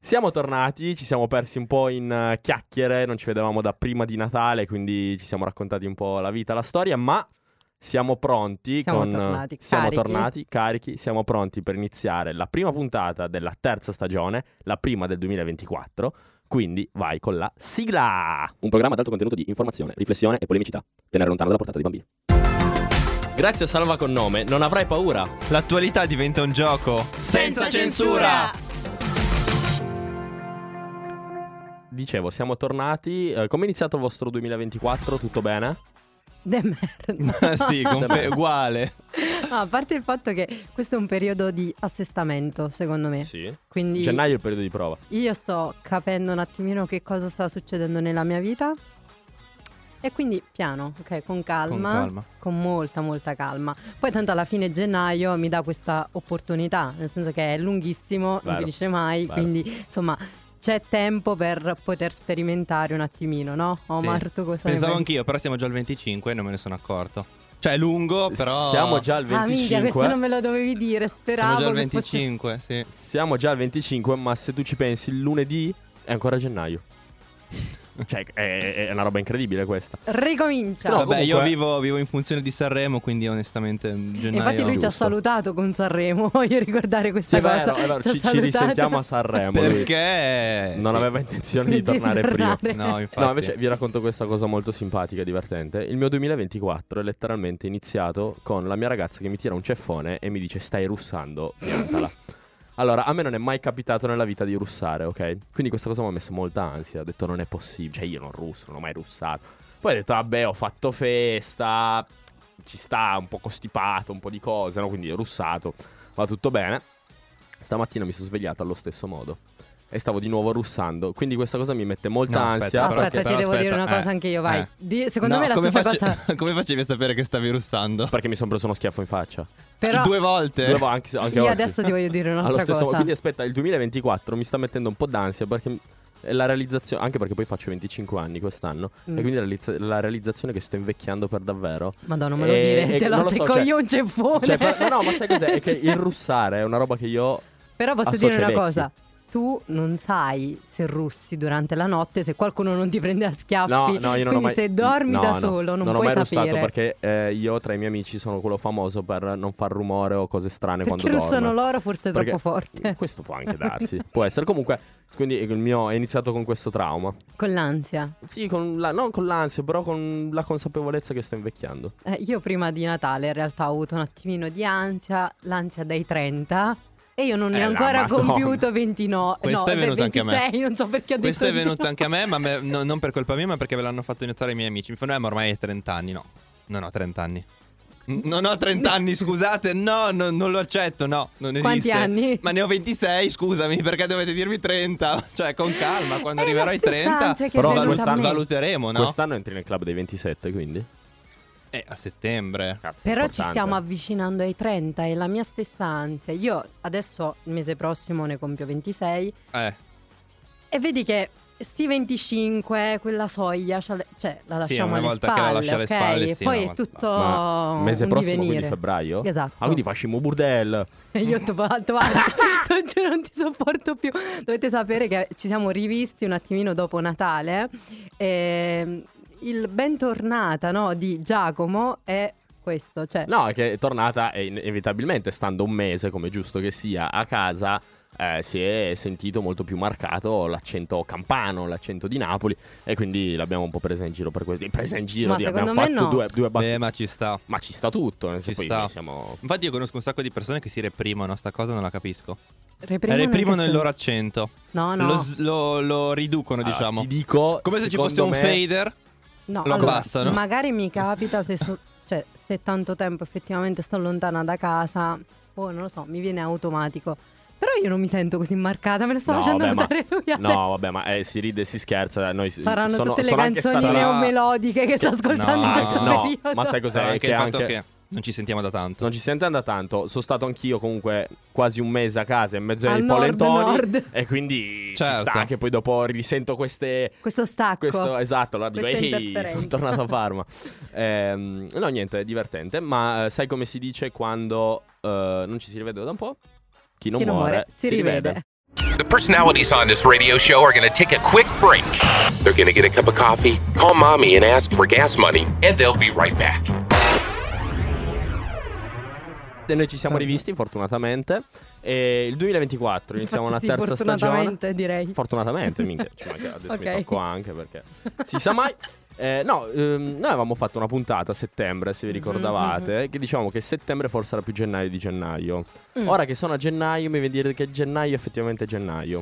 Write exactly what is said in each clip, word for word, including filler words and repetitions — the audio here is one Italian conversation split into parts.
Siamo tornati, ci siamo persi un po' in uh, chiacchiere, non ci vedevamo da prima di Natale, quindi ci siamo raccontati un po' la vita, la storia, ma siamo pronti, siamo con, tornati, siamo carichi. tornati carichi, siamo pronti per iniziare la prima puntata della terza stagione, la prima del duemilaventiquattro, quindi vai con la sigla! Un programma ad alto contenuto di informazione, riflessione e polemicità, tenere lontano dalla portata dei bambini. Grazie a Salva con nome, non avrai paura. L'attualità diventa un gioco senza censura! Dicevo, siamo tornati. Eh, come è iniziato il vostro duemilaventiquattro? Tutto bene? De merda. Sì, confe- uguale. No, a parte il fatto che questo è un periodo di assestamento, secondo me. Sì. Quindi Gennaio è il periodo di prova. io sto capendo un attimino che cosa sta succedendo nella mia vita. E quindi piano, ok, con calma, Con calma. con molta molta calma. Poi tanto alla fine gennaio mi dà questa opportunità, nel senso che è lunghissimo, Vero. non finisce mai, Vero. quindi insomma c'è tempo per poter sperimentare un attimino, no? Omar, Sì. tu cosa ne Pensavo pensi? anch'io, però siamo già al venticinque e non me ne sono accorto. Cioè è lungo, però Siamo già al Ah minchia, questo venticinque. non me lo dovevi dire, speravo Siamo già al che fosse... venticinque, sì. Siamo già al venticinque, ma se tu ci pensi, il lunedì è ancora gennaio. Cioè, è, è una roba incredibile questa. Ricomincia. No, Vabbè, io comunque- vivo, vivo in funzione di Sanremo, quindi onestamente gennaio... Infatti lui ci ha giusto. salutato con Sanremo, voglio ricordare Sì, questa è cosa. vero, è vero. Ci ha Ci, ci salutato. risentiamo a Sanremo. lui Perché... non sì. aveva intenzione di Di tornare prima. tornare. No, infatti. No, invece vi racconto questa cosa molto simpatica e divertente. Il mio duemilaventiquattro è letteralmente iniziato con la mia ragazza che mi tira un ceffone e mi dice: stai russando, piantala. Allora, a me non è mai capitato nella vita di russare, ok? Quindi questa cosa mi ha messo molta ansia. Ho detto non è possibile, cioè io non russo, non ho mai russato. Poi ho detto vabbè, ho fatto festa, ci sta, un po' costipato, un po' di cose, no? Quindi ho russato, va tutto bene. Stamattina mi sono svegliato allo stesso modo e stavo di nuovo russando. Quindi questa cosa mi mette molta No, aspetta, ansia. però- Aspetta, però ti devo aspetta, dire una cosa eh, anche io, vai. eh. Di- secondo No, me è la come stessa face- cosa. Come facevi a sapere che stavi russando? Perché mi sono preso uno schiaffo in faccia. Però Due volte? Due volte, anche, anche io oggi. adesso ti voglio dire Allo un'altra stesso cosa. Quindi aspetta, il duemilaventiquattro mi sta mettendo un po' d'ansia perché è la realizzazione, anche perché poi faccio venticinque anni quest'anno, Mm. e quindi la, realizza- la realizzazione che sto invecchiando per davvero. Madonna, non me lo E- dire, e te non lo lo so, azzecco cioè- io un ceffone. Cioè, per- no, no, ma sai cos'è? È che il russare è una roba che io Però posso associo dire una ai vecchi. cosa. Tu non sai se russi durante la notte, se qualcuno non ti prende a schiaffi. No, no, io non ho Quindi mai se dormi no, da no, solo non, non ho puoi mai sapere. russato perché eh, io tra i miei amici sono quello famoso per non far rumore o cose strane Perché quando russano dormo. loro forse è Perché- troppo forte. Questo può anche darsi. Può essere. Comunque, quindi il mio è iniziato con questo trauma. Con l'ansia. Sì, con la, non con l'ansia, però con la consapevolezza che sto invecchiando. Eh, io prima di Natale in realtà ho avuto un attimino di ansia, l'ansia dai trenta. E io non ne Eh, ho la ancora Madonna. compiuto ventinove. Questo no, è venuto anche a me. ventisei, non so perché ho Questo detto è venuto di no. anche a me, ma me- no- non per colpa mia, ma perché ve l'hanno fatto notare i miei amici. Mi fanno, eh, ma ormai hai trenta anni. No, non ho trenta anni. N- Non ho trenta anni, scusate. No, no, non lo accetto, no, non esiste. Quanti anni? Ma ne ho ventisei, scusami, perché dovete dirmi trenta? Cioè, con calma, quando È arriverò la ai stessa trenta, ansia che Però è venuta a quest'anno me. valuteremo, no? Quest'anno entri nel club dei ventisette, quindi. Eh, a settembre. Cazzo, Però ci importante. stiamo avvicinando ai trenta e la mia stessa ansia. Io adesso il mese prossimo ne compio ventisei Eh, e vedi che sti venticinque, quella soglia, cioè cioè, la Sì, lasciamo una alle volta che la spalle, lasci alle ok? spalle, sì, Poi una è volta- tutto Ma mese un prossimo, divenire. quindi febbraio? Esatto. Ah, quindi facciamo burdel. E io ti fatto cioè, non ti sopporto più. Dovete sapere che ci siamo rivisti un attimino dopo Natale. E il bentornata, no, di Giacomo è questo, cioè No, è che è tornata e inevitabilmente, stando un mese, come è giusto che sia, a casa, eh, si è sentito molto più marcato l'accento campano, l'accento di Napoli, e quindi l'abbiamo un po' presa in giro per questo. Presa in giro, Ma di- secondo abbiamo me fatto no. due, due battute. beh, ma ci sta. Ma ci sta tutto, nel Ci senso, poi sta. noi siamo... Infatti io conosco un sacco di persone che si reprimono, sta cosa non la capisco. reprimono, Reprimono che il sen- loro accento. No, no. Lo, s- lo- lo riducono, Allora, diciamo. ti dico, Come se ci secondo fosse un me- fader. No, lo allora, abbassano. magari mi capita se, so- cioè, se tanto tempo effettivamente sto lontana da casa, oh, non lo so, mi viene automatico. Però io non mi sento così marcata, me lo sto No, facendo vabbè, ma- notare lui adesso. No, vabbè, ma eh, si ride e si scherza. Noi Saranno sono, tutte le sono anche canzoni stati- neomelodiche che sto ascoltando in No, questo no, periodo. ma sai cos'è? Sarà È anche che il fatto anche- che non ci sentiamo da tanto. Non ci si sente da tanto. Sono stato anch'io comunque quasi un mese a casa in mezzo ai Al nord, polentoni. nord. E quindi Certo. ci sta che poi dopo risento queste... Questo stacco. Questo, esatto, allora dico, Queste ehi, interferenze." sono tornato a Parma. Ehm, no, niente, è divertente. Ma eh, sai come si dice quando eh, non ci si rivede da un po'? Chi non, Chi non muore, muore si rivede. The personalities on this radio show are going to take a quick break. They're going to get a cup of coffee, call mommy and ask for gas money, and they'll be right back. E noi ci siamo rivisti fortunatamente. E il duemilaventiquattro iniziamo Infatti una sì, terza fortunatamente, stagione. direi. Fortunatamente, minchia, ci manca- adesso Ok. mi tocco anche perché si sa mai. Eh, no, ehm, noi avevamo fatto una puntata a settembre, se vi ricordavate, Mm-hmm. che dicevamo che settembre forse era più gennaio di gennaio. Mm. Ora che sono a gennaio mi viene a dire che gennaio effettivamente è gennaio.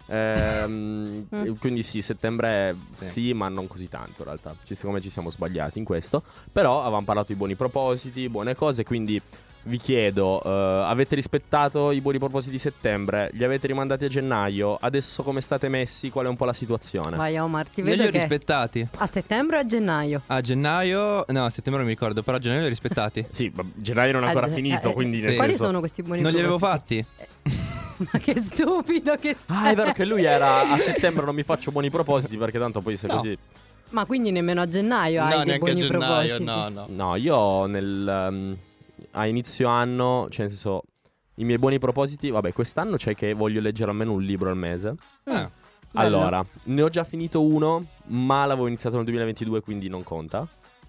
Ehm, Mm. Quindi sì, settembre Sì. sì, ma non così tanto in realtà. Ci- Siccome ci siamo sbagliati in questo. Però avevamo parlato di buoni propositi, buone cose, quindi vi chiedo, eh, avete rispettato i buoni propositi di settembre? Li avete rimandati a gennaio? Adesso come state messi? Qual è un po' la situazione? Vai Omar, ti Io li vedo ho che rispettati. a settembre o a gennaio? A gennaio, no, a settembre non mi ricordo, però a gennaio li ho rispettati. Sì, ma gennaio non è ancora Eh, finito, eh, quindi eh, nel quali senso... sono questi buoni Non li avevo propositi? fatti? Ma che stupido che sei. Ah, è vero che lui era a settembre non mi faccio buoni propositi perché tanto poi se No. così... Ma quindi nemmeno a gennaio No, hai dei neanche a buoni gennaio, propositi? no, no. No, io nel... um, a inizio anno, cioè nel senso... I miei buoni propositi, vabbè, quest'anno c'è che voglio leggere almeno un libro al mese. Ah, Bello. Allora, ne ho già finito uno, ma l'avevo iniziato nel duemilaventidue, quindi non conta.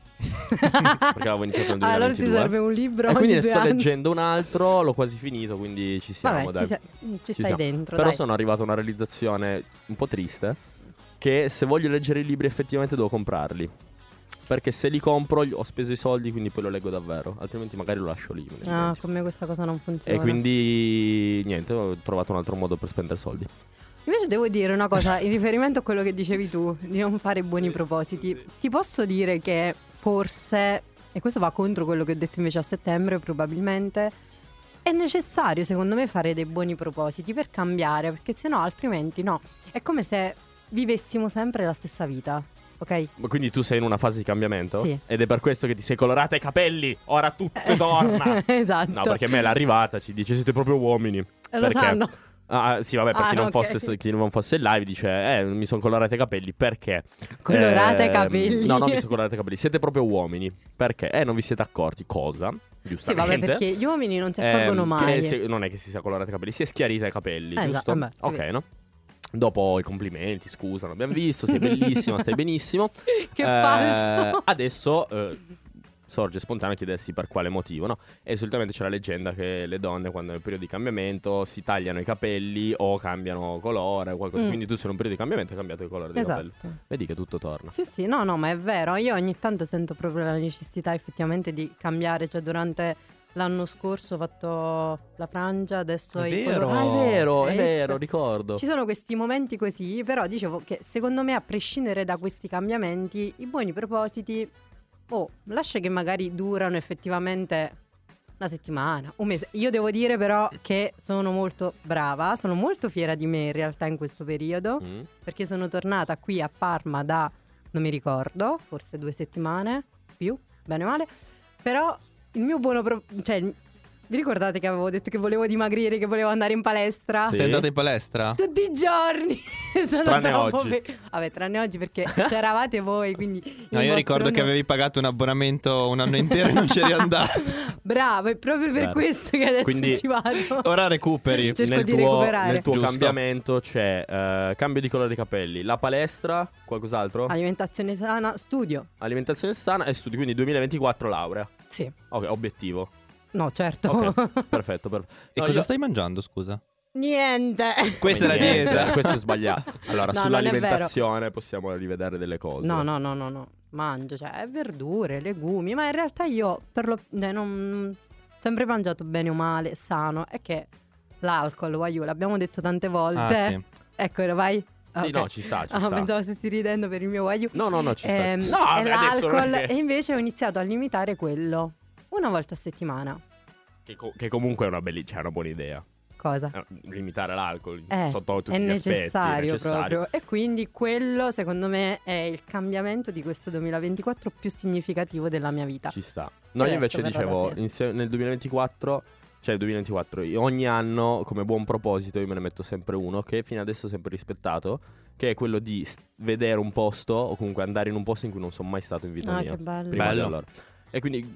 Perché l'avevo iniziato nel Ah, allora ti duemilaventidue. serve un libro E quindi ne ogni due sto anni. leggendo un altro, l'ho quasi finito, quindi ci siamo, Vabbè, dai. ci, sei- ci stai siamo. dentro, Però dai. sono arrivato a una realizzazione un po' triste, che se voglio leggere i libri effettivamente devo comprarli. Perché se li compro gli- ho speso i soldi, quindi poi lo leggo davvero. Altrimenti magari lo lascio lì. me ne Ah, dimentico. con me questa cosa non funziona. E quindi niente, ho trovato un altro modo per spendere soldi. Invece devo dire una cosa in riferimento a quello che dicevi tu, di non fare buoni propositi. Ti posso dire che forse, e questo va contro quello che ho detto invece a settembre probabilmente, è necessario secondo me fare dei buoni propositi per cambiare, perché sennò altrimenti no. È come se vivessimo sempre la stessa vita, ok? Ma quindi tu sei in una fase di cambiamento? Sì. Ed è per questo che ti sei colorata i capelli? Ora tutto torna. Esatto. No, perché a me l'è arrivata, ci dice siete proprio uomini. Lo perché? sanno. Ah, sì, vabbè, per Ah, chi, non no, fosse, ok. chi non fosse in live dice eh, mi sono colorati i capelli, perché? Colorate i Ehm, capelli. No, non mi sono colorati i capelli, siete proprio uomini. Perché? Eh, non vi siete accorti, cosa? Sì, Giustamente. vabbè, perché gli uomini non si accorgono Ehm, mai. che se- non è che si sia colorati i capelli, si è schiarita i capelli, Eh, giusto? esatto, vabbè, sì. Ok, no? Dopo i complimenti, scusa, l'abbiamo visto, sei bellissima, stai benissimo. Che Eh, falso. Adesso eh, sorge spontaneo chiedersi per quale motivo, no? E solitamente c'è la leggenda che le donne quando nel periodo di cambiamento si tagliano i capelli o cambiano colore o qualcosa. Mm. Quindi tu sei in un periodo di cambiamento e hai cambiato il colore dei capelli. Esatto. Vedi che tutto torna. Sì, sì, no, no, ma è vero. Io ogni tanto sento proprio la necessità effettivamente di cambiare. Cioè, durante l'anno scorso ho fatto la frangia, adesso È i vero. colori- Ah, è vero, Hai è vero, visto? ricordo. Ci sono questi momenti così, però dicevo che secondo me, a prescindere da questi cambiamenti, i buoni propositi, oh, lascia che magari durano effettivamente una settimana, un mese. Io devo dire però che sono molto brava, sono molto fiera di me in realtà in questo periodo, Mm. perché sono tornata qui a Parma da, non mi ricordo, forse due settimane, più, bene o male, però il mio buono pro- cioè, vi ricordate che avevo detto che volevo dimagrire, che volevo andare in palestra? Sì. Sei andata in palestra? Tutti i giorni. Sono Tranne troppo oggi. fe- Vabbè, tranne oggi perché c'eravate voi, quindi No, il io vostro ricordo che no. avevi pagato un abbonamento un anno intero e non c'eri andato. Bravo, è proprio per Claro. questo che adesso Quindi- ci vado. Ora recuperi. Cerco nel di tuo, recuperare. nel tuo Giusto. cambiamento c'è eh, cambio di colore dei capelli, la palestra, qualcos'altro? Alimentazione sana, studio. Alimentazione sana e studi, quindi duemilaventiquattro laurea. Sì. Ok, obiettivo. No, certo. Ok, perfetto, perfetto. E No, cosa io- stai mangiando, scusa? Niente. Questa è la Niente, dieta. Questo è sbagliato. Allora, No, non è sull'alimentazione possiamo rivedere delle cose. No, no, no, no, no. Mangio, cioè, verdure, legumi, ma in realtà io per lo eh, non sempre mangiato bene o male, sano, è che l'alcol, voglio, l'abbiamo detto tante volte. Ah, sì. Ecco, vai. Ah, Sì, ok. no, ci sta, ci Ah, sta. pensavo stessi ridendo per il mio guaio. No, no, no, ci sta. Ehm, ci sta. No, e beh, adesso non l'alcol, è che- e invece ho iniziato a limitare quello una volta a settimana. Che, co- che comunque è una, belli- cioè, è una buona idea. Cosa? Eh, limitare l'alcol Eh, sotto tutti è gli necessario, aspetti. È necessario. proprio. E quindi quello, secondo me, è il cambiamento di questo duemilaventiquattro più significativo della mia vita. Ci sta. No, io adesso invece verrà da dicevo, sé. inse- nel duemilaventiquattro, cioè il duemilaventiquattro, io ogni anno come buon proposito io me ne metto sempre uno che fino adesso ho sempre rispettato, che è quello di s- vedere un posto o comunque andare in un posto in cui non sono mai stato in vita Ah, mia. che bello. Prima di Bello. allora. E quindi poi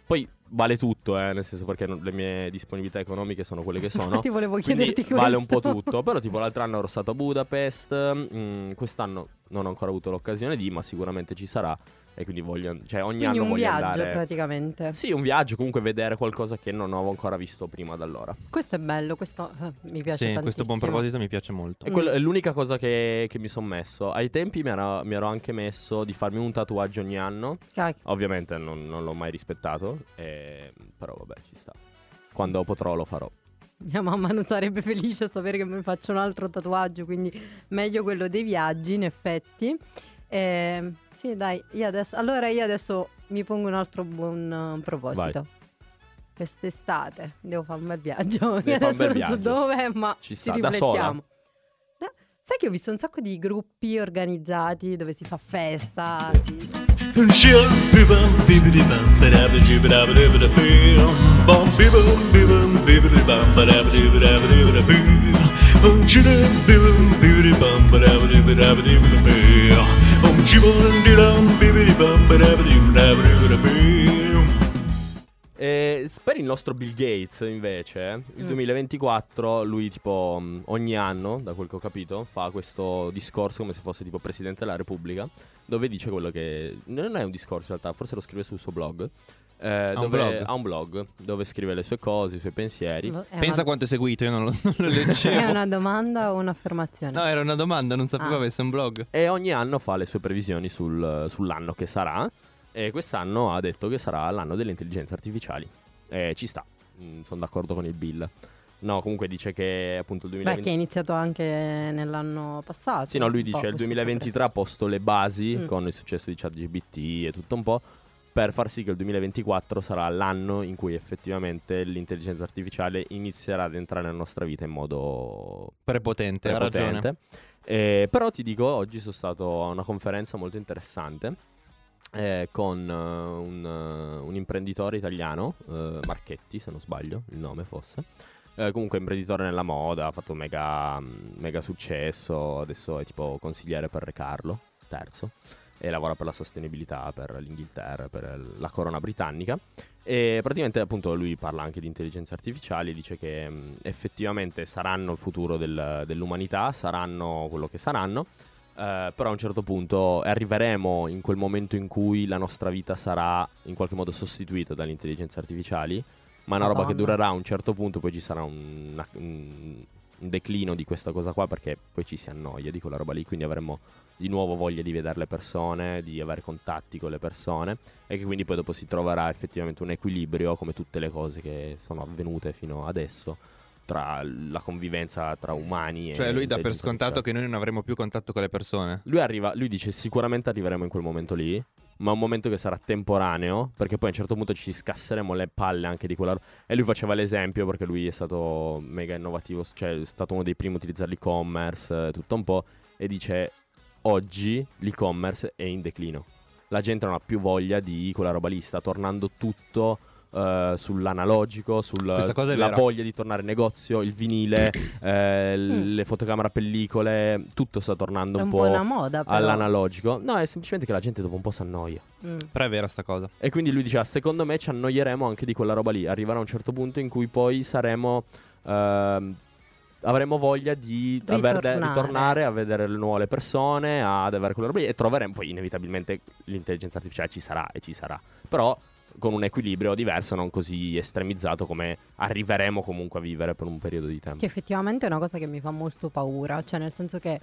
vale tutto, eh, nel senso perché non- le mie disponibilità economiche sono quelle che sono. Infatti volevo Quindi chiederti questo. vale un po' tutto. Però tipo l'altro anno ero stato a Budapest, mm, quest'anno non ho ancora avuto l'occasione di, ma sicuramente ci sarà. E quindi voglio, cioè ogni Quindi anno un voglio viaggio andare. praticamente. Sì, un viaggio, comunque vedere qualcosa che non avevo ancora visto prima da allora. Questo è bello, questo eh, mi piace Sì, tantissimo. questo buon proposito mi piace molto. E quello è l'unica cosa che, che mi sono messo. Ai tempi mi ero, mi ero anche messo di farmi un tatuaggio ogni anno. Ah, Ovviamente non, non l'ho mai rispettato, eh, però vabbè, ci sta. Quando potrò lo farò. mia mamma non sarebbe felice a sapere che mi faccio un altro tatuaggio, quindi meglio quello dei viaggi, in effetti. Eh, sì, dai, io adesso, allora io adesso mi pongo un altro buon uh, proposito. Quest'estate devo fare un bel viaggio. Io fare un adesso bel non so viaggio. dove, ma Ci ci, sta, da riflettiamo. Da- sai che ho visto un sacco di gruppi organizzati dove si fa festa. Si... E s- per il nostro Bill Gates invece il Mm. duemilaventiquattro lui tipo mh, ogni anno, da quel che ho capito, fa questo discorso come se fosse tipo Presidente della Repubblica, dove dice quello che non è un discorso in realtà, forse lo scrive sul suo blog. eh, un dove- blog? ha un blog dove scrive le sue cose, i suoi pensieri. È Pensa una, quanto è seguito, io non lo, non lo è leggevo. una domanda o un'affermazione? No, era una domanda, non sapevo Ah. avesse un blog. E ogni anno fa le sue previsioni sul- sull'anno che sarà. E quest'anno ha detto che sarà l'anno delle intelligenze artificiali. E ci sta, sono d'accordo con il Bill. No, comunque dice che appunto il Beh, duemilaventi... che è iniziato anche nell'anno passato. Sì, no, lui un po' dice il questo duemilaventitré ha posto le basi Mm. con il successo di ChatGPT e tutto un po' per far sì che il duemilaventiquattro sarà l'anno in cui effettivamente l'intelligenza artificiale inizierà ad entrare nella nostra vita in modo Prepotente, ha ragione. prepotente. Eh, però ti dico, oggi sono stato a una conferenza molto interessante eh, con eh, un, eh, un imprenditore italiano, eh, Marchetti se non sbaglio, il nome fosse. Eh, comunque imprenditore nella moda, ha fatto mega, mega successo, adesso è tipo consigliere per Re Carlo terzo e lavora per la sostenibilità, per l'Inghilterra, per la corona britannica. E praticamente appunto lui parla anche di intelligenze artificiali, dice che mh, effettivamente saranno il futuro del- dell'umanità, saranno quello che saranno, eh, però a un certo punto arriveremo in quel momento in cui la nostra vita sarà in qualche modo sostituita dalle intelligenze artificiali, ma è una roba che Madonna. durerà a un certo punto, poi ci sarà un, una- un- un declino di questa cosa qua perché poi ci si annoia di quella roba lì, quindi avremo di nuovo voglia di vedere le persone, di avere contatti con le persone e che quindi poi dopo si troverà effettivamente un equilibrio come tutte le cose che sono avvenute fino adesso tra la convivenza tra umani e Cioè lui dà per intelligenza scontato artificiale. che noi non avremo più contatto con le persone. Lui arriva, lui dice sicuramente arriveremo in quel momento lì, ma è un momento che sarà temporaneo, perché poi a un certo punto ci scasseremo le palle anche di quella. E lui faceva l'esempio perché lui è stato mega innovativo, cioè è stato uno dei primi a utilizzare l'e-commerce, eh, tutto un po', e dice oggi l'e-commerce è in declino. La gente non ha più voglia di quella roba lì, sta tornando tutto eh, sull'analogico, Questa cosa è sulla vera. voglia di tornare in negozio, il vinile, eh, Mm. le fotocamere a pellicole, tutto sta tornando È un, un po' po' una moda, però. all'analogico. No, è semplicemente che la gente dopo un po' si annoia. Mm. Però è vera sta cosa. E quindi lui diceva, secondo me ci annoieremo anche di quella roba lì. Arriverà un certo punto in cui poi saremo... ehm, avremo voglia di aver- Ritornare. ritornare a vedere le nuove persone, ad avere quella roba lì, e troveremo poi inevitabilmente l'intelligenza artificiale ci sarà e ci sarà. Però con un equilibrio diverso, non così estremizzato come arriveremo comunque a vivere per un periodo di tempo. Che effettivamente è una cosa che mi fa molto paura, cioè nel senso che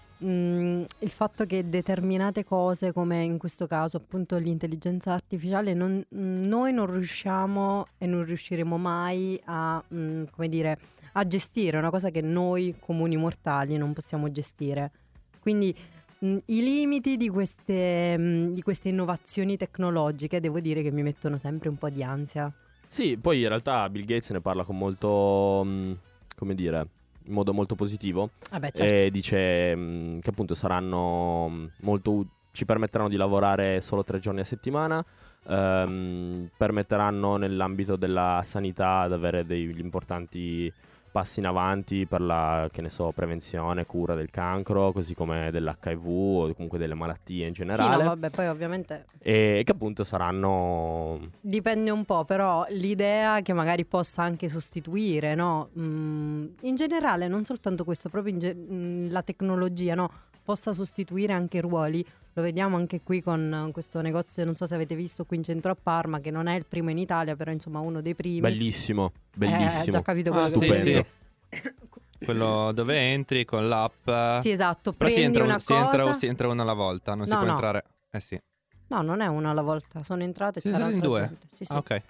mh, il fatto che determinate cose, come in questo caso appunto l'intelligenza artificiale, non- mh, noi non riusciamo e non riusciremo mai a, mh, come dire, a gestire, è una cosa che noi comuni mortali non possiamo gestire. Quindi mh, i limiti di queste, mh, di queste innovazioni tecnologiche devo dire che mi mettono sempre un po' di ansia. Sì, poi in realtà Bill Gates ne parla con molto, mh, come dire, in modo molto positivo. Vabbè, certo. E dice mh, che appunto saranno mh, molto u- ci permetteranno di lavorare solo tre giorni a settimana, ehm, permetteranno nell'ambito della sanità ad avere degli importanti passi in avanti per la, che ne so, prevenzione, cura del cancro, così come dell'H I V o comunque delle malattie in generale. Sì, no, vabbè, poi ovviamente E che appunto saranno... dipende un po', però l'idea che magari possa anche sostituire, no? Mm, in generale, non soltanto questo, proprio in ge- mm, la tecnologia, no? Possa sostituire anche ruoli. Lo vediamo anche qui con uh, questo negozio, non so se avete visto qui in centro a Parma, che non è il primo in Italia, però insomma uno dei primi. Bellissimo, Eh, bellissimo. già capito Ah, quello sì, che Stupendo. vuol sì. dire. Quello dove entri con l'app. Sì, esatto, Però si prendi entra, una un- si, entra, cosa. si entra uno alla volta, non si No, può no. entrare. Eh sì. No, non è una alla volta, sono entrate e Siete c'era in altra due? gente. Sì, sì. Ah, ok.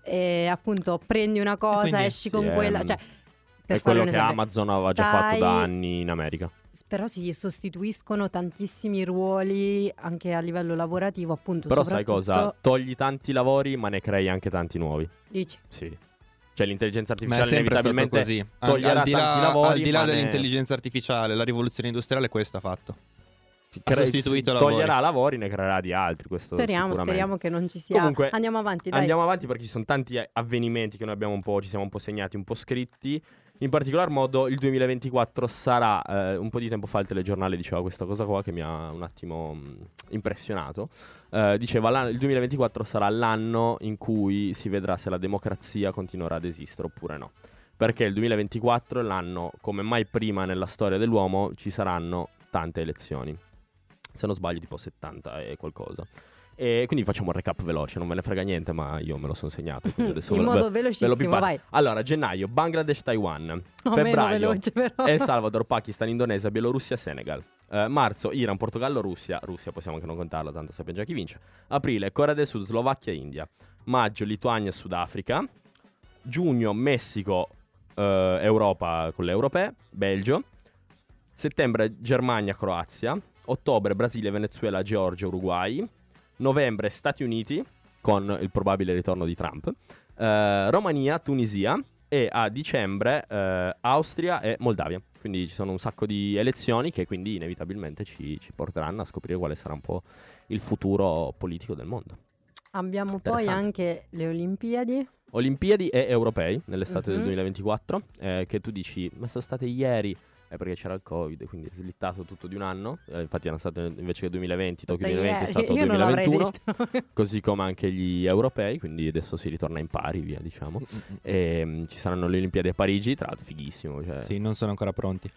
E appunto prendi una cosa, quindi- esci sì, con è- quella, cioè per È fare quello un che esempio, Amazon aveva già fatto stai- da anni in America. Però si sostituiscono tantissimi ruoli anche a livello lavorativo, appunto. Però sai soprattutto- cosa? Togli tanti lavori ma ne crei anche tanti nuovi. Dici? Sì. Cioè l'intelligenza Ma è artificiale sempre stato inevitabilmente così. Al, toglierà al di là, tanti lavori, al di là ma ne- dell'intelligenza artificiale, la rivoluzione industriale questo ha fatto. ti ha cre- sostituito si- lavori. toglierà lavori, ne creerà di altri. Questo Speriamo, sicuramente. speriamo che non ci sia. Comunque, Andiamo avanti, dai. Andiamo avanti perché ci sono tanti eh, avvenimenti che noi abbiamo un po', ci siamo un po' segnati, un po' scritti. In particolar modo il duemilaventiquattro sarà, eh, un po' di tempo fa il telegiornale diceva questa cosa qua che mi ha un attimo mh, impressionato. Eh, diceva l'anno- il duemilaventiquattro sarà l'anno in cui si vedrà se la democrazia continuerà ad esistere oppure no. Perché il duemilaventiquattro è l'anno, come mai prima nella storia dell'uomo, ci saranno tante elezioni. Se non sbaglio tipo settanta e qualcosa. E quindi facciamo un recap veloce, non me ne frega niente, ma io me lo sono segnato. quindi adesso In ve lo- modo ve- ve lo velocissimo, piparo. vai. Allora, gennaio, Bangladesh, Taiwan. No, meno Febbraio, veloce però. El Salvador, Pakistan, Indonesia, Bielorussia, Senegal. Eh, marzo, Iran, Portogallo, Russia. Russia possiamo anche non contarla, tanto sappiamo già chi vince. Aprile, Corea del Sud, Slovacchia, India. Maggio, Lituania, Sudafrica. Giugno, Messico, eh, Europa con le europee, Belgio. Settembre, Germania, Croazia. Ottobre, Brasile, Venezuela, Georgia, Uruguay. Novembre, Stati Uniti, con il probabile ritorno di Trump. Eh, Romania, Tunisia. E a dicembre eh, Austria e Moldavia. Quindi ci sono un sacco di elezioni che quindi inevitabilmente ci, ci porteranno a scoprire quale sarà un po' il futuro politico del mondo. Abbiamo poi Interessante. anche le Olimpiadi. Olimpiadi e europei nell'estate Mhm. del duemilaventiquattro, eh, che tu dici, ma sono state ieri, è perché c'era il Covid, quindi è slittato tutto di un anno. Eh, infatti erano state invece che duemilaventi, Tokyo Beh, duemilaventi è ieri, stato io non l'avrei duemilaventuno, detto. così come anche gli europei, quindi adesso si ritorna in pari, via diciamo. E mm, ci saranno le Olimpiadi a Parigi, tra l'altro fighissimo. Cioè, Sì, non sono ancora pronti.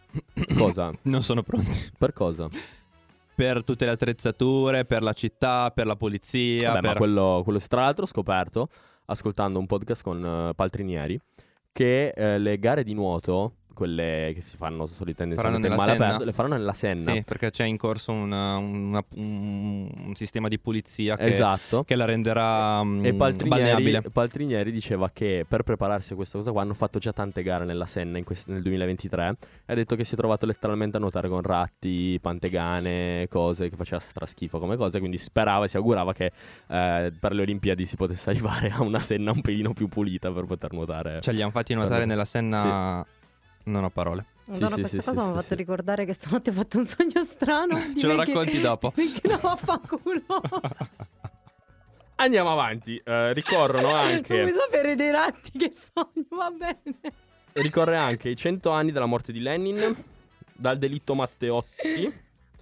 cosa? Non sono pronti. Per cosa? Per tutte le attrezzature, per la città, per la polizia. Vabbè, per... ma quello, quello tra l'altro ho scoperto, ascoltando un podcast con eh, Paltrinieri, che eh, le gare di nuoto, quelle che si fanno soli tendenzialmente in nella mare Senna? aperto, le faranno nella Senna. Sì, perché c'è in corso una- una- un, un sistema di pulizia che, Esatto. che la renderà mm, E Paltrinieri, balneabile. Paltrinieri diceva che per prepararsi a questa cosa qua hanno fatto già tante gare nella Senna in quest- nel duemilaventitré e ha detto che si è trovato letteralmente a nuotare con ratti, pantegane, cose che faceva straschifo come cose, quindi sperava e si augurava che eh, per le Olimpiadi si potesse arrivare a una Senna un pelino più pulita per poter nuotare. Cioè, li hanno fatti nuotare Quello- nella Senna. Non ho parole. Madonna, sì, questa sì, cosa sì, mi ha sì, fatto sì. ricordare che stanotte ho fatto un sogno strano. Ce lo racconti dopo. Perché no, vaffanculo. Andiamo avanti, eh, ricorrono Non vuoi anche sapere dei ratti che sogno, va bene. ricorre anche i cento anni della morte di Lenin, dal delitto Matteotti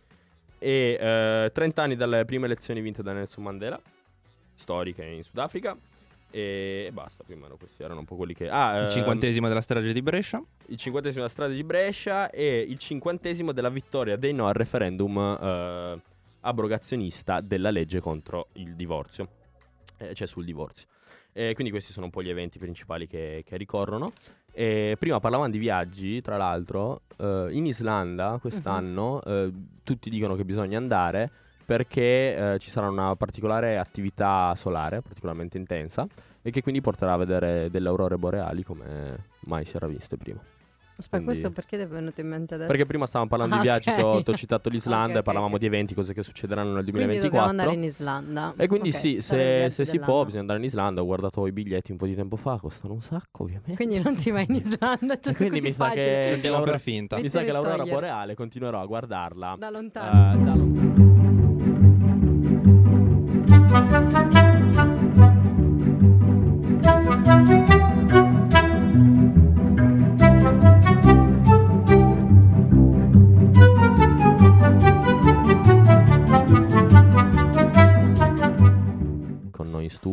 e eh, trenta anni dalle prime elezioni vinte da Nelson Mandela, storiche in Sudafrica. E basta, più o meno questi erano un po' quelli che... Ah, Il ehm, cinquantesimo della strage di Brescia. il cinquantesimo della strada di Brescia e il cinquantesimo della vittoria dei no al referendum eh, abrogazionista della legge contro il divorzio, eh, cioè sul divorzio. E quindi questi sono un po' gli eventi principali che, che ricorrono. E prima parlavamo di viaggi, tra l'altro, eh, in Islanda quest'anno eh, tutti dicono che bisogna andare perché eh, ci sarà una particolare attività solare, particolarmente intensa, e che quindi porterà a vedere delle aurore boreali come mai si era viste prima. Aspetta, Quindi- questo perché ti è venuto in mente adesso? Perché prima stavamo parlando Ah, di viaggi, ok. ti ho, ti ho citato l'Islanda Ok, e ok, parlavamo ok. di eventi, cose che succederanno nel Quindi dobbiamo andare duemilaventiquattro. in Islanda. E quindi Ok, sì, sarà il se, viaggio se si dell'anno. può bisogna andare in Islanda. Ho guardato i biglietti un po' di tempo fa, costano un sacco ovviamente. Quindi non si va in Islanda, è tutto quindi così mi sa facile. che Ci andiamo l'aurora- per finta. mi sa che Mettere e l'aurora togliere. boreale continuerò a guardarla Da eh, lontano. da lontano.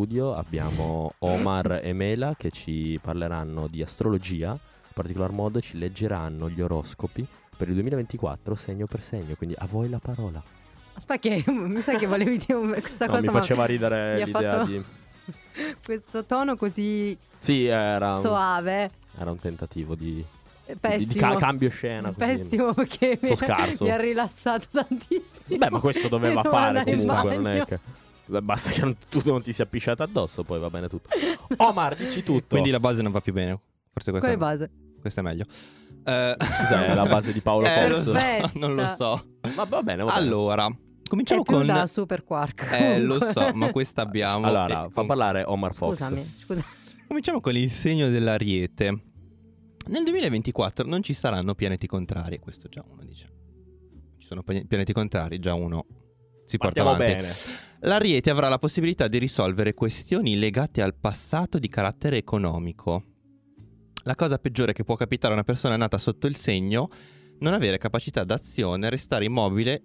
studio abbiamo Omar e Mela che ci parleranno di astrologia, in particolar modo ci leggeranno gli oroscopi per il duemilaventiquattro segno per segno, quindi a voi la parola. Aspetta che mi sa che volevi dire questa No, cosa. mi ma faceva ridere mi ha l'idea fatto di... questo tono così Sì, era un, soave. era un tentativo di, di, Pessimo. di ca- cambio scena. Così. Pessimo perché So mi, scarso. mi ha rilassato tantissimo. Beh, ma questo doveva Devo fare andare in comunque, non è bagno. che... Beh, basta che non, tu non ti sia pisciata addosso, poi va bene tutto. Omar, dici tutto. Quindi la base non va più bene. Forse questa, Quale base? questa è meglio. Eh, Cos'è la base di Paolo eh, lo Fox? so, Perfetta. non lo so. Ma va bene, va bene. Allora, cominciamo È più con... da Super Quark. Eh, lo comunque. so, ma questa abbiamo... Allora, e fa con- parlare Omar Fox. Scusami, scusa. Cominciamo con il segno dell'Ariete. Nel duemilaventiquattro non ci saranno pianeti contrari, questo già uno dice. Ci sono pa- pianeti contrari, già uno si porta Partiamo avanti. bene. L'Ariete avrà la possibilità di risolvere questioni legate al passato di carattere economico. La cosa peggiore che può capitare a una persona nata sotto il segno, non avere capacità d'azione, restare immobile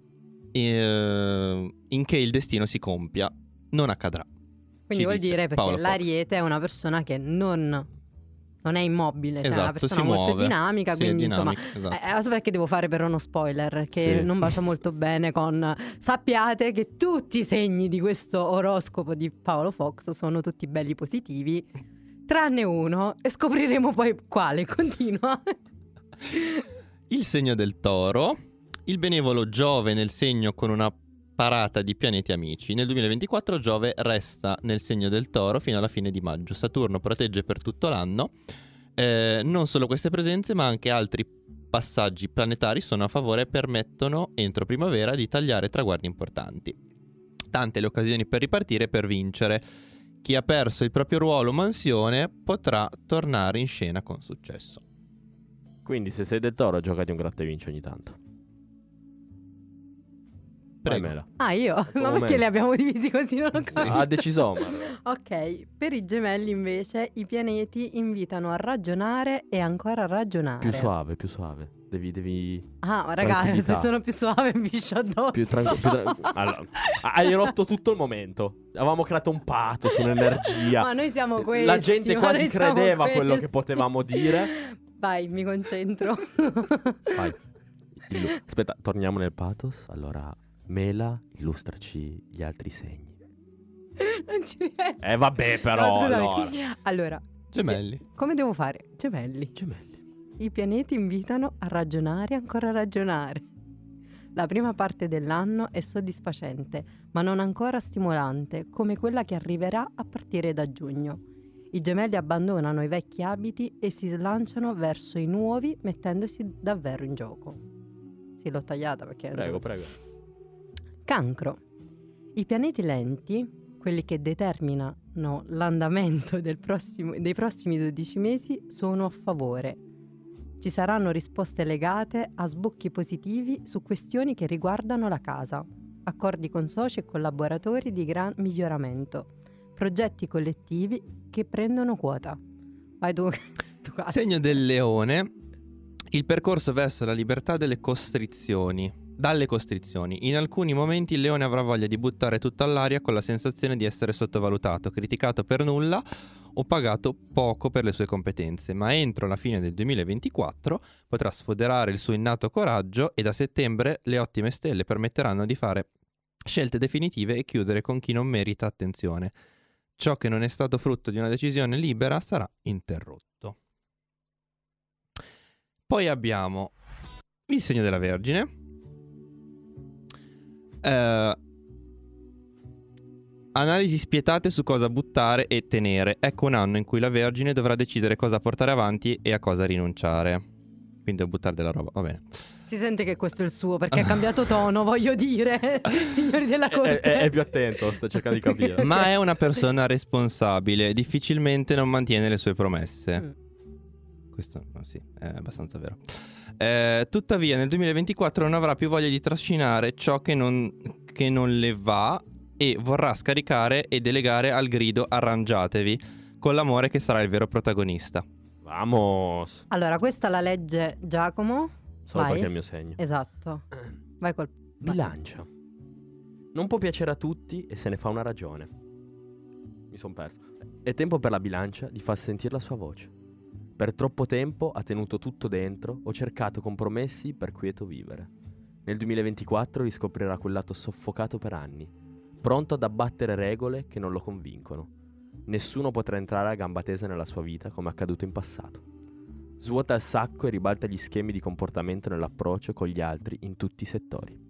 eh, in che il destino si compia. Non accadrà. Quindi Ci vuol dice dire perché Paolo Fox. l'Ariete è una persona che non, non è immobile, cioè è una Esatto, persona si molto muove. dinamica, Sì, è quindi dinamica, insomma... esatto. Eh, aspetta che devo fare però uno spoiler che Sì. non bacia molto bene con... Sappiate che tutti i segni di questo oroscopo di Paolo Fox sono tutti belli positivi, tranne uno, e scopriremo poi quale. Continua. Il segno del Toro, il benevolo Giove nel segno con una parata di pianeti amici. Nel duemilaventiquattro Giove resta nel segno del Toro fino alla fine di maggio. Saturno protegge per tutto l'anno. Eh, non solo queste presenze, ma anche altri passaggi planetari sono a favore e permettono entro primavera di tagliare traguardi importanti. Tante le occasioni per ripartire e per vincere. Chi ha perso il proprio ruolo mansione potrà tornare in scena con successo. Quindi se sei del Toro giocati un gratta e vinci ogni tanto. Prego. Vai, Mela. Ah, io? Ma Come perché me. li abbiamo divisi così? Non ho capito. Ha deciso Omar. Ok, per i gemelli invece i pianeti invitano a ragionare e ancora a ragionare. Più suave, più suave. Devi, devi... Ah, ma ragazzi, se Tranquillità. sono più suave mi piscio addosso. Più tranquillo. Allora, hai rotto tutto il momento. Avevamo creato un pathos, un'energia. Ma noi siamo questi. La gente ma quasi noi siamo credeva a quello questi. che potevamo dire. Vai, mi concentro. Vai. Illu- Aspetta, torniamo nel pathos. Allora, Mela, illustraci gli altri segni. Non ci riesco. Eh vabbè, però. No, scusami. Allora. Allora, Gemelli. come devo fare? Gemelli. Gemelli. I pianeti invitano a ragionare e ancora a ragionare. La prima parte dell'anno è soddisfacente, ma non ancora stimolante, come quella che arriverà a partire da giugno. I gemelli abbandonano i vecchi abiti e si slanciano verso i nuovi, mettendosi davvero in gioco. Sì, l'ho tagliata perché... è un Prego, gioco. prego. Cancro. I pianeti lenti, quelli che determinano l'andamento del prossimo- dei prossimi dodici mesi, sono a favore. Ci saranno risposte legate a sbocchi positivi su questioni che riguardano la casa, accordi con soci e collaboratori di gran miglioramento, progetti collettivi che prendono quota. Vai tu. tu cazzo. Segno del Leone. Il percorso verso la libertà delle costrizioni. Dalle costrizioni. In alcuni momenti il leone avrà voglia di buttare tutto all'aria con la sensazione di essere sottovalutato, criticato per nulla o pagato poco per le sue competenze, ma entro la fine del duemilaventiquattro potrà sfoderare il suo innato coraggio e da settembre le ottime stelle permetteranno di fare scelte definitive e chiudere con chi non merita attenzione. Ciò che non è stato frutto di una decisione libera sarà interrotto. Poi abbiamo il segno della Vergine. Eh, analisi spietate su cosa buttare e tenere. Ecco un anno in cui la Vergine dovrà decidere cosa portare avanti e a cosa rinunciare. Quindi a buttare della roba, va bene. Si sente che questo è il suo perché ha cambiato tono, voglio dire, signori della È, corte. è- è più attento, sto cercando di capire. Ma è una persona responsabile, difficilmente non mantiene le sue promesse. Mm. Questo no, sì, è abbastanza vero. Eh, tuttavia nel duemilaventiquattro non avrà più voglia di trascinare ciò che non, che non le va e vorrà scaricare e delegare al grido arrangiatevi, con l'amore che sarà il vero protagonista. Vamos. Allora, questa la legge Giacomo. Solo Vai. perché è il mio segno. Esatto. Vai col... vai. Bilancia. Non può piacere a tutti e se ne fa una ragione. mi son perso. È tempo per la bilancia di far sentire la sua voce. Per troppo tempo ha tenuto tutto dentro, ho cercato compromessi per quieto vivere. Nel duemilaventiquattro riscoprirà quel lato soffocato per anni, pronto ad abbattere regole che non lo convincono. Nessuno potrà entrare a gamba tesa nella sua vita come accaduto in passato. Svuota il sacco e ribalta gli schemi di comportamento nell'approccio con gli altri in tutti i settori.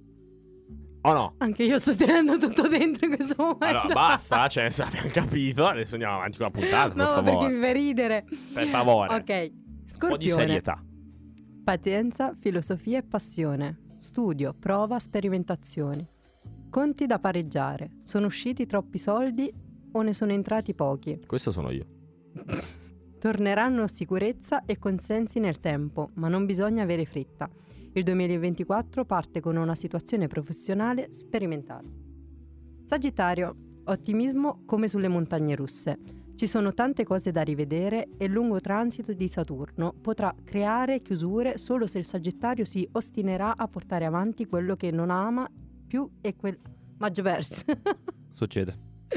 Oh no? Anche io sto tenendo tutto dentro in questo momento. Allora basta, cioè se abbiamo capito, adesso andiamo avanti con la puntata, No, per perché favore. mi fa ridere. Per favore. Ok, Un po' di Scorpione. serietà. Pazienza, filosofia e passione. Studio, prova, sperimentazioni. Conti da pareggiare. Sono usciti troppi soldi o ne sono entrati pochi? Questo sono io. Torneranno sicurezza e consensi nel tempo, ma non bisogna avere fretta. Il duemilaventiquattro parte con una situazione professionale sperimentale. Sagittario, ottimismo come sulle montagne russe. Ci sono tante cose da rivedere e il lungo transito di Saturno potrà creare chiusure solo se il Sagittario si ostinerà a portare avanti quello che non ama più e quel... Maggio verso. Succede.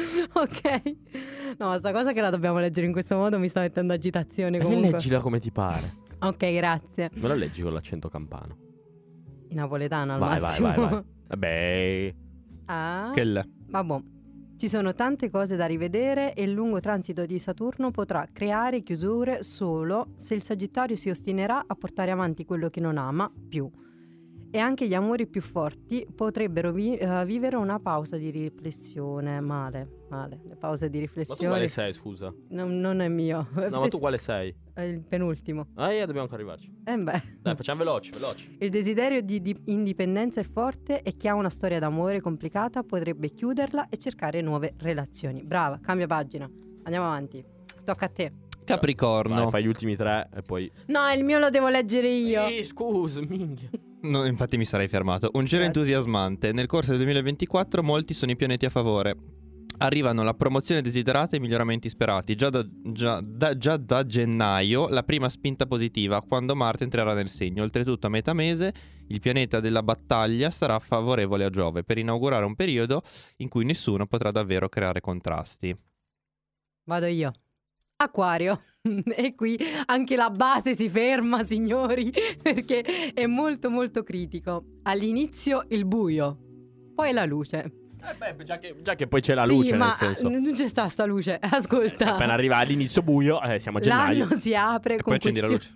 Ok. No, sta cosa che la dobbiamo leggere in questo modo mi sta mettendo agitazione E comunque. leggila come ti pare. Ok, grazie. Non la leggi con l'accento campano. In napoletano al Vai, vai, massimo. vai, vai. Vabbè. Ah. Che le. Vabbè. Ci sono tante cose da rivedere e il lungo transito di Saturno potrà creare chiusure solo se il Sagittario si ostinerà a portare avanti quello che non ama più. E anche gli amori più forti potrebbero vi- uh, vivere una pausa di riflessione. Male, male. Le pause di Ma tu riflessione. quale sei, scusa? Non, non è mio. No, ma tu quale sei? È il penultimo. Ah, yeah, dobbiamo ancora arrivarci. Eh beh. Dai, facciamo veloci, veloci. Il desiderio di, di indipendenza è forte e chi ha una storia d'amore complicata potrebbe chiuderla e cercare nuove relazioni. Brava, cambia pagina. Andiamo avanti. Tocca a te. Capricorno. Vai, fai gli ultimi tre e poi... No, il mio lo devo leggere io. Eh, scusa, minchia. No, infatti mi sarei fermato. Un giro Grazie. entusiasmante. Nel corso del duemilaventiquattro molti sono i pianeti a favore. Arrivano la promozione desiderata e i miglioramenti sperati. Già da, già, da, già da gennaio la prima spinta positiva, quando Marte entrerà nel segno. Oltretutto a metà mese il pianeta della battaglia sarà favorevole a Giove per inaugurare un periodo in cui nessuno potrà davvero creare contrasti. Vado io. Acquario. E qui anche la base si ferma, signori, perché è molto molto critico. All'inizio il buio, poi la luce. Eh beh, già che, già che poi c'è la Sì, luce, ma nel senso... non c'è sta sta luce. Se Ascolta. appena arriva all'inizio buio, eh, siamo a gennaio. L'anno si apre E con poi accendi la questioni-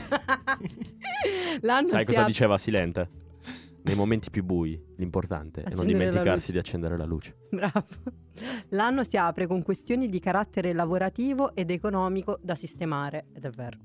L'anno Sai si cosa apre... diceva Silente? Nei momenti più bui, l'importante è non Accendere la dimenticarsi luce. di accendere la luce. Bravo. L'anno si apre con questioni di carattere lavorativo ed economico da sistemare, ed è vero.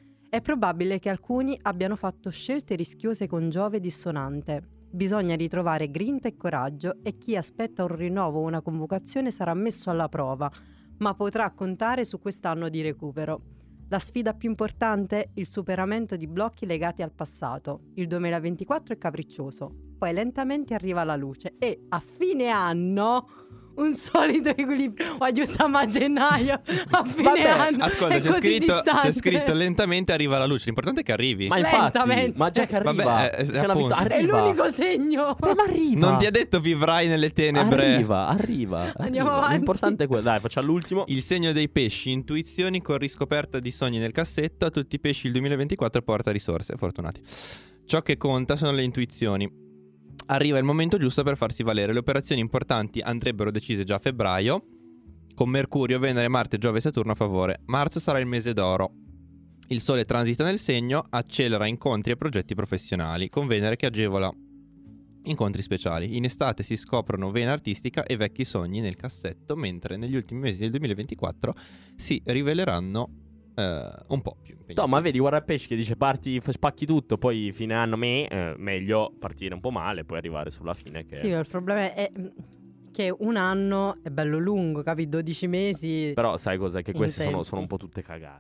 È probabile che alcuni abbiano fatto scelte rischiose con Giove dissonante. Bisogna ritrovare grinta e coraggio e chi aspetta un rinnovo o una convocazione sarà messo alla prova, ma potrà contare su quest'anno di recupero. La sfida più importante? Il superamento di blocchi legati al passato. Il duemilaventiquattro è capriccioso, poi lentamente arriva la luce e a fine anno un solito equilibrio. Voglio stiamo a gennaio, a fine Vabbè, anno. ascolta, è c'è così scritto, distante. c'è scritto lentamente arriva la luce. L'importante è che arrivi. Ma infatti, Lentamente. ma già che arriva, Vabbè, eh, c'è la appunto. vita, È arriva. l'unico segno. Eh, ma arriva. Non ti ha detto vivrai nelle tenebre. Arriva, arriva. Andiamo arriva. avanti. L'importante è quello. Dai, facciamo l'ultimo. Il segno dei pesci, intuizioni con riscoperta di sogni nel cassetto. A tutti i pesci il duemilaventiquattro porta risorse, fortunati. Ciò che conta sono le intuizioni. Arriva il momento giusto per farsi valere. Le operazioni importanti andrebbero decise già a febbraio, con Mercurio, Venere, Marte, Giove e Saturno a favore. Marzo sarà il mese d'oro. Il Sole transita nel segno, accelera incontri e progetti professionali, con Venere che agevola incontri speciali. In estate si scoprono vena artistica e vecchi sogni nel cassetto, mentre negli ultimi mesi del duemilaventiquattro si riveleranno eh, un po' più impegnativi. No, ma vedi, guarda il pesce che dice parti, f- spacchi tutto, poi fine anno me, eh, meglio partire un po' male, poi arrivare sulla fine che... Sì, ma il problema è che un anno è bello lungo, capi? dodici mesi. Però sai cos'è? Che queste sono, Intensi. sono un po' tutte cagate.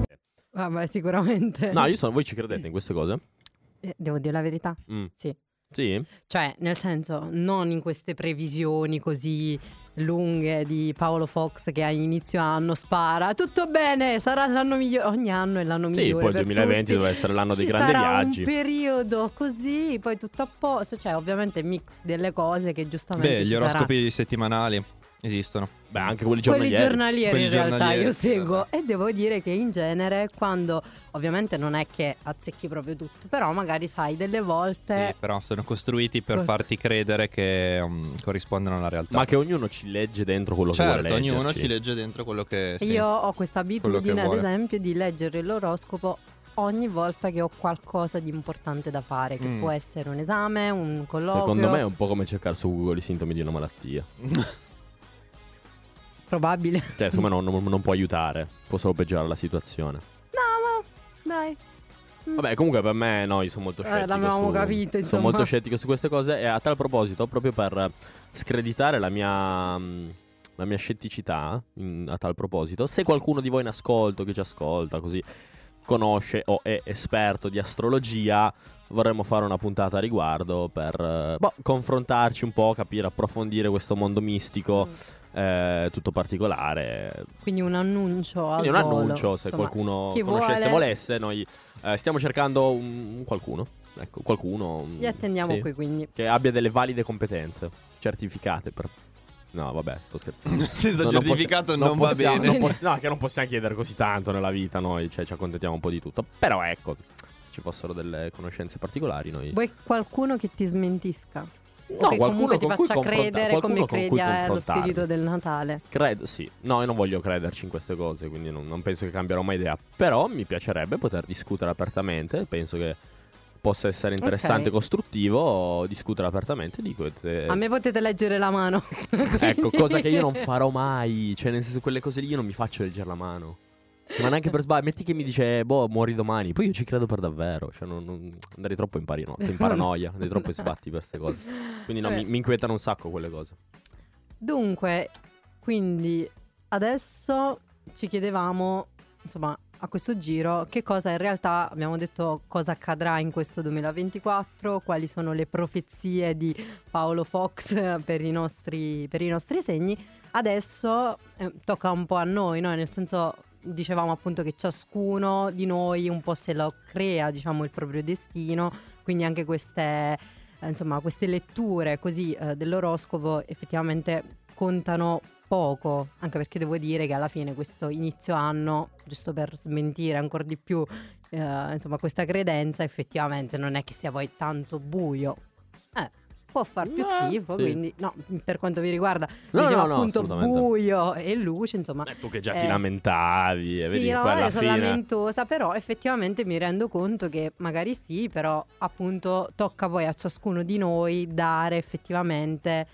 Vabbè, sicuramente. No, io sono... Voi ci credete in queste cose? Eh, Devo dire la verità? Mm. Sì. Sì? Cioè, nel senso, non in queste previsioni così lunghe di Paolo Fox che a inizio anno spara tutto bene, sarà l'anno migliore. Ogni anno è l'anno Sì, migliore poi il per duemilaventi tutti. doveva essere l'anno dei Ci grandi sarà viaggi. un periodo così, poi tutto a posto. Cioè, ovviamente mix delle cose che giustamente Beh, ci gli oroscopi sarà. settimanali esistono. Beh, anche quelli Quelli giornalieri. giornalieri Quelli in realtà giornalieri, io seguo vabbè. e devo dire che in genere quando ovviamente non è che azzecchi proprio tutto, però magari sai delle volte Sì, però sono costruiti per Co- farti credere che um, corrispondono alla realtà. Ma che ognuno ci legge dentro quello che certo, vuole ognuno leggerci. ci legge dentro quello che sì. io ho questa quello abitudine che ad vuole. esempio di leggere l'oroscopo ogni volta che ho qualcosa di importante da fare, che Mm. può essere un esame, un colloquio. Secondo me è un po' come cercare su Google i sintomi di una malattia. Probabile. Cioè, insomma, non, non- non può aiutare, può solo peggiorare la situazione. No, ma dai. Mm. Vabbè, comunque per me, no, io sono molto Eh, scettico. l'avevamo su, capito, Sono insomma. molto scettico su queste cose e a tal proposito, proprio per screditare la mia, mh, la mia scetticità, in- a tal proposito, se qualcuno di voi in ascolto, che ci ascolta, così conosce o è esperto di astrologia, vorremmo fare una puntata a riguardo per eh, boh, confrontarci un po', capire, approfondire questo mondo mistico. Mm. Eh, tutto particolare. Quindi un annuncio al Quindi un volo. annuncio, se Insomma, qualcuno chi conoscesse, vuole- volesse, noi eh, stiamo cercando un, un qualcuno. Ecco, qualcuno. Li attendiamo sì, qui quindi. che abbia delle valide competenze certificate per. No, vabbè, sto scherzando. Senza No, non certificato possi- non, va possiamo- bene. non poss- no, che non possiamo chiedere così tanto nella vita noi, cioè ci accontentiamo un po' di tutto. Però ecco, se ci fossero delle conoscenze particolari noi. Vuoi qualcuno che ti smentisca? No, o che qualcuno comunque ti con cui faccia confronta- credere qualcuno come con cui credi allo confrontarmi. spirito del Natale. Credo, sì. No, io non voglio crederci in queste cose, quindi non, non penso che cambierò mai idea. Però mi piacerebbe poter discutere apertamente. Penso che possa essere interessante e Ok. costruttivo discutere apertamente di queste. A me potete leggere la mano. Ecco, cosa che io non farò mai. Cioè, nel senso, quelle cose lì io non mi faccio leggere la mano. Ma neanche per sbaglio. Metti che mi dice, boh, muori domani. Poi io ci credo per davvero. Cioè, non, non andrei troppo in, parino- in paranoia. Andrei troppo in sbatti per queste cose. Quindi no, mi, Vabbè. mi inquietano un sacco quelle cose. Dunque, quindi adesso ci chiedevamo, insomma, a questo giro, che cosa in realtà abbiamo detto cosa accadrà in questo duemilaventiquattro, quali sono le profezie di Paolo Fox per i nostri, per i nostri segni. Adesso eh, tocca un po' a noi, no? Nel senso, dicevamo appunto che ciascuno di noi un po' se lo crea, diciamo, il proprio destino, quindi anche queste, eh, insomma, queste letture così eh, dell'oroscopo effettivamente contano poco, anche perché devo dire che alla fine questo inizio anno, giusto per smentire ancora di più eh, insomma questa credenza, effettivamente non è che sia poi tanto buio. Eh, può far più No, schifo, sì. quindi no, per quanto mi riguarda, No, dicevo no, no, appunto assolutamente. buio e luce, insomma. Eh, tu che già Eh, ti lamentavi. E Sì, vedi, no, poi alla io sono fine. lamentosa, però effettivamente mi rendo conto che magari sì, però appunto tocca poi a ciascuno di noi dare effettivamente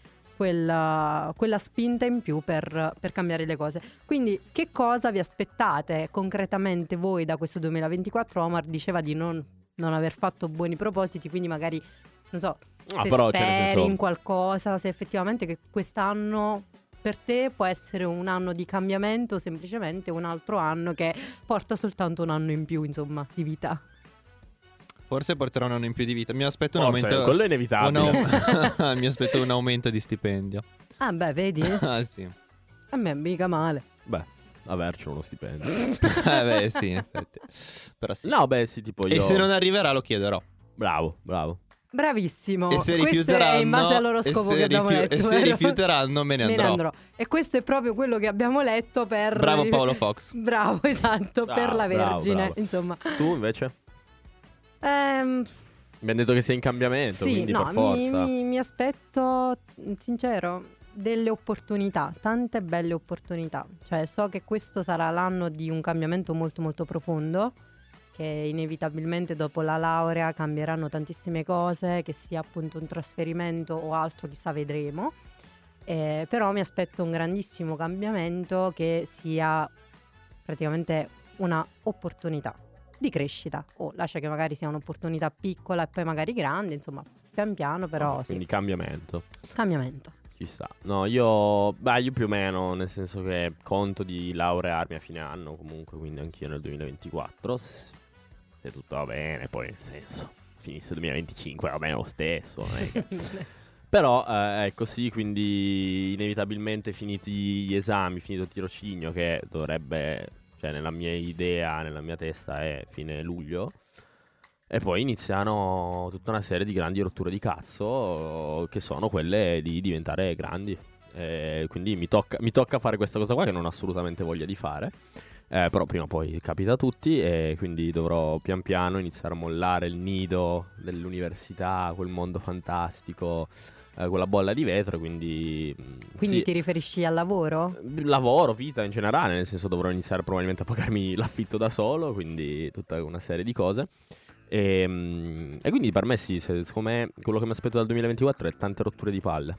quella, quella spinta in più per, per cambiare le cose. Quindi che cosa vi aspettate concretamente voi da questo duemilaventiquattro? Omar diceva di non, non aver fatto buoni propositi, quindi magari, non so, Ah, se però, cioè, nel speri senso- in qualcosa, se effettivamente che quest'anno per te può essere un anno di cambiamento o semplicemente un altro anno che porta soltanto un anno in più, insomma, di vita. Forse porterà un anno in più di vita. Mi aspetto un Forse, aumento. quello è un inevitabile. au- Mi aspetto un aumento di stipendio. Ah beh, vedi? Ah, sì. A me mica male. Beh, avercelo uno stipendio. Eh, beh, sì, in effetti. Però sì. No, beh, sì, tipo io. E se non arriverà, lo chiederò. Bravo, bravo. Bravissimo. E se Questo rifiuteranno, è in base all'oroscopo e se che abbiamo rifiu- letto. E se vero? rifiuteranno, me ne Me andrò. E questo è proprio quello che abbiamo letto per... Bravo Paolo Fox. Bravo, esatto, Bravo, per la bravo, Vergine, bravo. insomma. Tu invece? Ehm... Abbiamo detto che sei in cambiamento, Sì, quindi no, per mi, forza. mi- mi aspetto, sincero, delle opportunità, tante belle opportunità. Cioè, so che questo sarà l'anno di un cambiamento molto molto profondo, che inevitabilmente dopo la laurea cambieranno tantissime cose, che sia appunto un trasferimento o altro, chissà, vedremo. Eh, però mi aspetto un grandissimo cambiamento che sia praticamente una opportunità di crescita, o lascia che magari sia un'opportunità piccola e poi magari grande, insomma, pian piano, però sì, Quindi cambiamento. cambiamento. Ci sta. No, io. Beh, io più o meno, nel senso che conto di laurearmi a fine anno, comunque, quindi anch'io nel duemilaventiquattro. s- Se tutto va bene, poi nel senso. finisse il duemilaventicinque, va bene lo stesso. Non è che... Però eh, è così, quindi inevitabilmente finiti gli esami, finito il tirocinio, che dovrebbe, cioè nella mia idea, nella mia testa è fine luglio, e poi iniziano tutta una serie di grandi rotture di cazzo, che sono quelle di diventare grandi. E quindi mi tocca, mi tocca fare questa cosa qua che non ho assolutamente voglia di fare. Eh, però prima o poi capita a tutti, e quindi dovrò pian piano iniziare a mollare il nido dell'università, quel mondo fantastico, eh, quella bolla di vetro. Quindi, quindi sì, ti riferisci al lavoro? lavoro, vita in generale, nel senso dovrò iniziare probabilmente a pagarmi l'affitto da solo, quindi tutta una serie di cose. E, e quindi per me sì, se, secondo me quello che mi aspetto dal duemilaventiquattro è tante rotture di palle.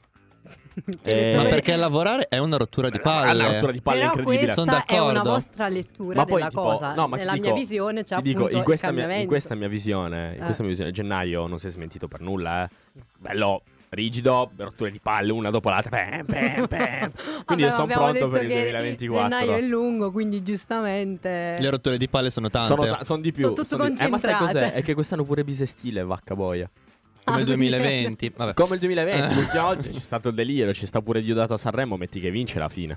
Eh, ma perché lavorare è una rottura di palle. È una rottura di palle però incredibile. questa è una vostra lettura ma poi, della tipo, cosa. no, ma nella dico, mia visione c'è ti appunto dico, in questa, il mia, cambiamento. in questa mia visione, in eh. questa mia visione, gennaio non si è smentito per nulla, eh. Bello rigido, rotture di palle una dopo l'altra. Bam, bam, bam. Quindi io sono pronto per il duemilaventiquattro. Gennaio è lungo, quindi giustamente le rotture di palle sono tante. Sono, ta- sono di più. Sono tutto sono di... Eh, ma sai concentrate. cos'è? È che quest'anno pure bisestile, vacca boia. Come il duemilaventi. Vabbè. Come il duemilaventi, l'ultima volta c'è stato il delirio, c'è sta pure Diodato a Sanremo, metti che vince la fine.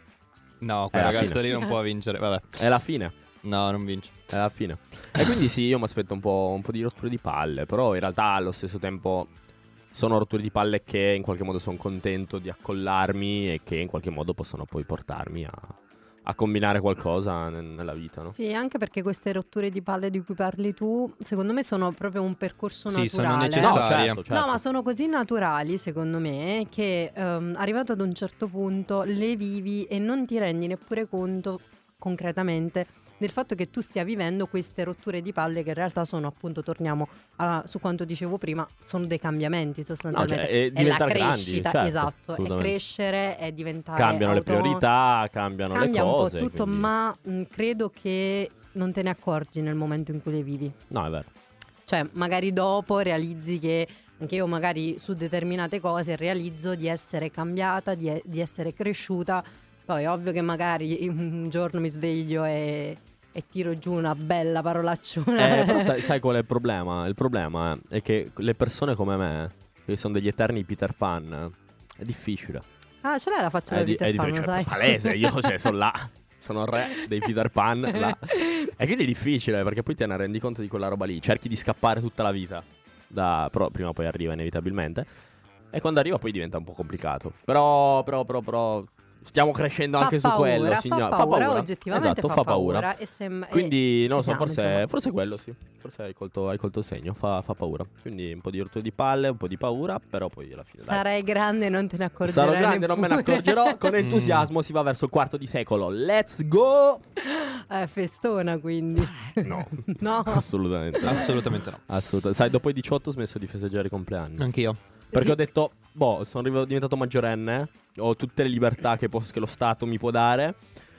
No, quel È la ragazzo fine. lì non può vincere. Vabbè. È la fine. No, non vince. È la fine. E quindi sì, io mi aspetto un po', un po' di rotture di palle. Però in realtà allo stesso tempo sono rotture di palle che in qualche modo sono contento di accollarmi, e che in qualche modo possono poi portarmi a, a combinare qualcosa n- nella vita, no? Sì, anche perché queste rotture di palle di cui parli tu, secondo me sono proprio un percorso Sì, sono naturale. No, necessarie. certo, certo. No, ma sono così naturali, secondo me, che ehm, arrivato ad un certo punto le vivi e non ti rendi neppure conto concretamente del fatto che tu stia vivendo queste rotture di palle, che in realtà sono, appunto, torniamo a, su quanto dicevo prima, sono dei cambiamenti sostanzialmente. No, cioè, è è la diventare grandi, crescita, certo, esatto, è assolutamente. crescere, è diventare Cambiano le autonomo. priorità, cambiano Cambia le un cose. po' tutto, quindi- ma mh, credo che non te ne accorgi nel momento in cui le vivi. No, è vero. Cioè, magari dopo realizzi che anche io magari su determinate cose realizzo di essere cambiata, di, di essere cresciuta. Poi è ovvio che magari un giorno mi sveglio e, e tiro giù una bella parolacciona. Eh, però sai, sai qual è il problema? Il problema è che le persone come me, che sono degli eterni Peter Pan, è difficile. Ah, ce l'hai la faccia È, da di- Peter è Pan, difficile, lo cioè, sai? palese, io cioè, sono là. Sono il re dei Peter Pan là. E quindi è difficile, perché poi te ne rendi conto di quella roba lì. Cerchi di scappare tutta la vita da... Però prima o poi arriva inevitabilmente. E quando arriva poi diventa un po' complicato. Però, però, però, però stiamo crescendo Fa anche paura, su quello, fa signor. paura, oggettivamente Esatto, fa fa paura. paura, e sem- Quindi e non lo ci so, siamo, forse, insomma. forse quello sì. Forse hai colto, hai colto il segno, fa, fa paura. Quindi un po' di rotture di palle, un po' di paura, però poi alla fine dai. Sarai grande e non te ne accorgerai. Sarò grande, non me ne neppure. accorgerò. Con entusiasmo si va verso il quarto di secolo. Let's go! Eh, festona, quindi. No, No. assolutamente. no. Assolutamente no. Assolutamente. Sai, dopo i diciotto ho smesso di festeggiare i compleanni. Anch'io. Perché Sì. ho detto, boh, sono arrivato- diventato maggiorenne. Ho tutte le libertà che, posso- che lo Stato mi può dare.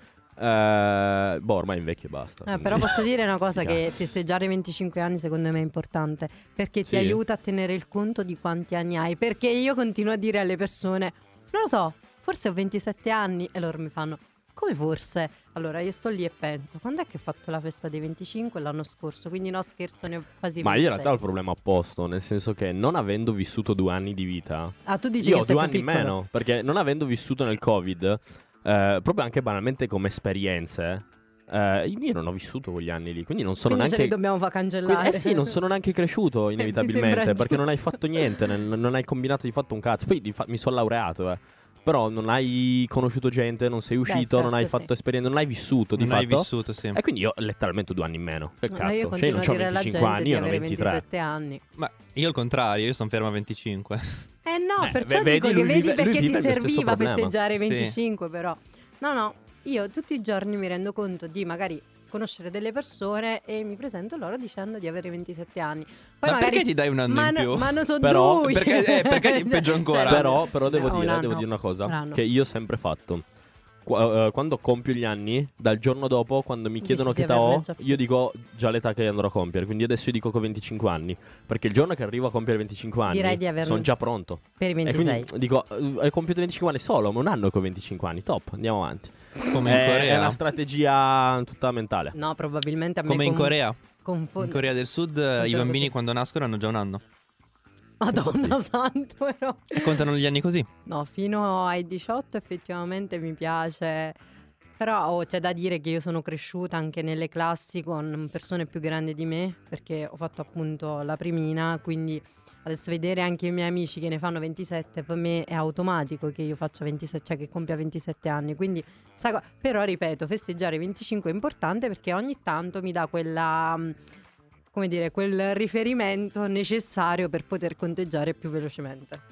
Eh, boh, ormai invecchio e basta. Eh, però posso dire una cosa, Sti che cazzi. festeggiare i venticinque anni secondo me è importante, perché ti Sì. aiuta a tenere il conto di quanti anni hai. Perché io continuo a dire alle persone, non lo so, forse ho ventisette anni, e loro mi fanno, come forse? Allora io sto lì e penso, quando è che ho fatto la festa dei venticinque? L'anno scorso, quindi no, scherzo, ne ho quasi Ma io in ventisei. realtà ho il problema opposto, nel senso che non avendo vissuto due anni di vita, Ah, tu dici io che ho sei due più anni in piccolo. meno, perché non avendo vissuto nel Covid, eh, proprio anche banalmente come esperienze, eh, io non ho vissuto quegli anni lì, quindi non sono Quindi ce neanche... li dobbiamo far Quindi- cancellare. eh sì, non sono neanche cresciuto inevitabilmente, sembra perché non hai giusto. fatto niente, nel- non hai combinato di fatto un cazzo. Poi di fa- mi sono laureato, eh. Però non hai conosciuto gente, non sei uscito, non certo, hai sì. fatto esperienza, non hai vissuto di Non hai fatto. vissuto, sì. E quindi io ho letteralmente due anni in meno. Che No, cazzo? io Cioè, continuo non a ho dire alla venticinque gente anni, di io ne ho avere ventitré. ventisette anni. Ma io il contrario, io sono fermo a venticinque. Eh no, Eh, perciò ve- dico vedi, che lui vedi vive- lui perché vive ti il mio stesso serviva problema. festeggiare i Sì. venticinque, però. No, no, io tutti i giorni mi rendo conto di magari conoscere delle persone e mi presento loro dicendo di avere ventisette anni. Poi Ma magari perché ti dai un anno ma in no- più? Ma non sono Però- due. perché- eh, perché peggio ancora. Però, però devo, no, un dire, anno, devo dire una cosa un anno. che io ho sempre fatto. Qu- eh, quando compio gli anni, dal giorno dopo, quando mi Dici chiedono di che età ho, averne già più. io dico già l'età che andrò a compiere. Quindi adesso io dico che ho venticinque anni. Perché il giorno che arrivo a compiere venticinque Direi anni, di averne sono già pronto. Per i E ventisei. quindi dico, eh, hai compiuto venticinque anni solo, ma un anno che ho venticinque anni. Top, andiamo avanti. Come in È, è Corea. una strategia tutta mentale. No, probabilmente a me Come in com- Corea. confonde. In Corea del Sud eh, i bambini così. Quando nascono hanno già un anno. Madonna santo, però. E contano gli anni così? No, fino ai diciotto effettivamente mi piace. Però oh, c'è da dire che io sono cresciuta anche nelle classi con persone più grandi di me, perché ho fatto appunto la primina, quindi adesso vedere anche i miei amici che ne fanno ventisette, per me è automatico che io faccia ventisette, cioè che compia ventisette anni. Quindi, sta co- però ripeto, festeggiare venticinque è importante perché ogni tanto mi dà quella, come dire, quel riferimento necessario per poter conteggiare più velocemente.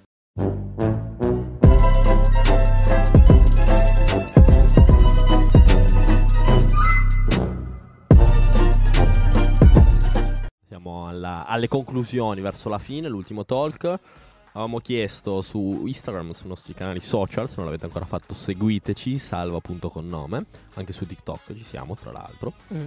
Siamo alla, alle conclusioni, verso la fine, l'ultimo talk. Avevamo chiesto su Instagram, sui nostri canali social, se non l'avete ancora fatto seguiteci, salva punto connome. Anche su TikTok ci siamo, tra l'altro. Mm.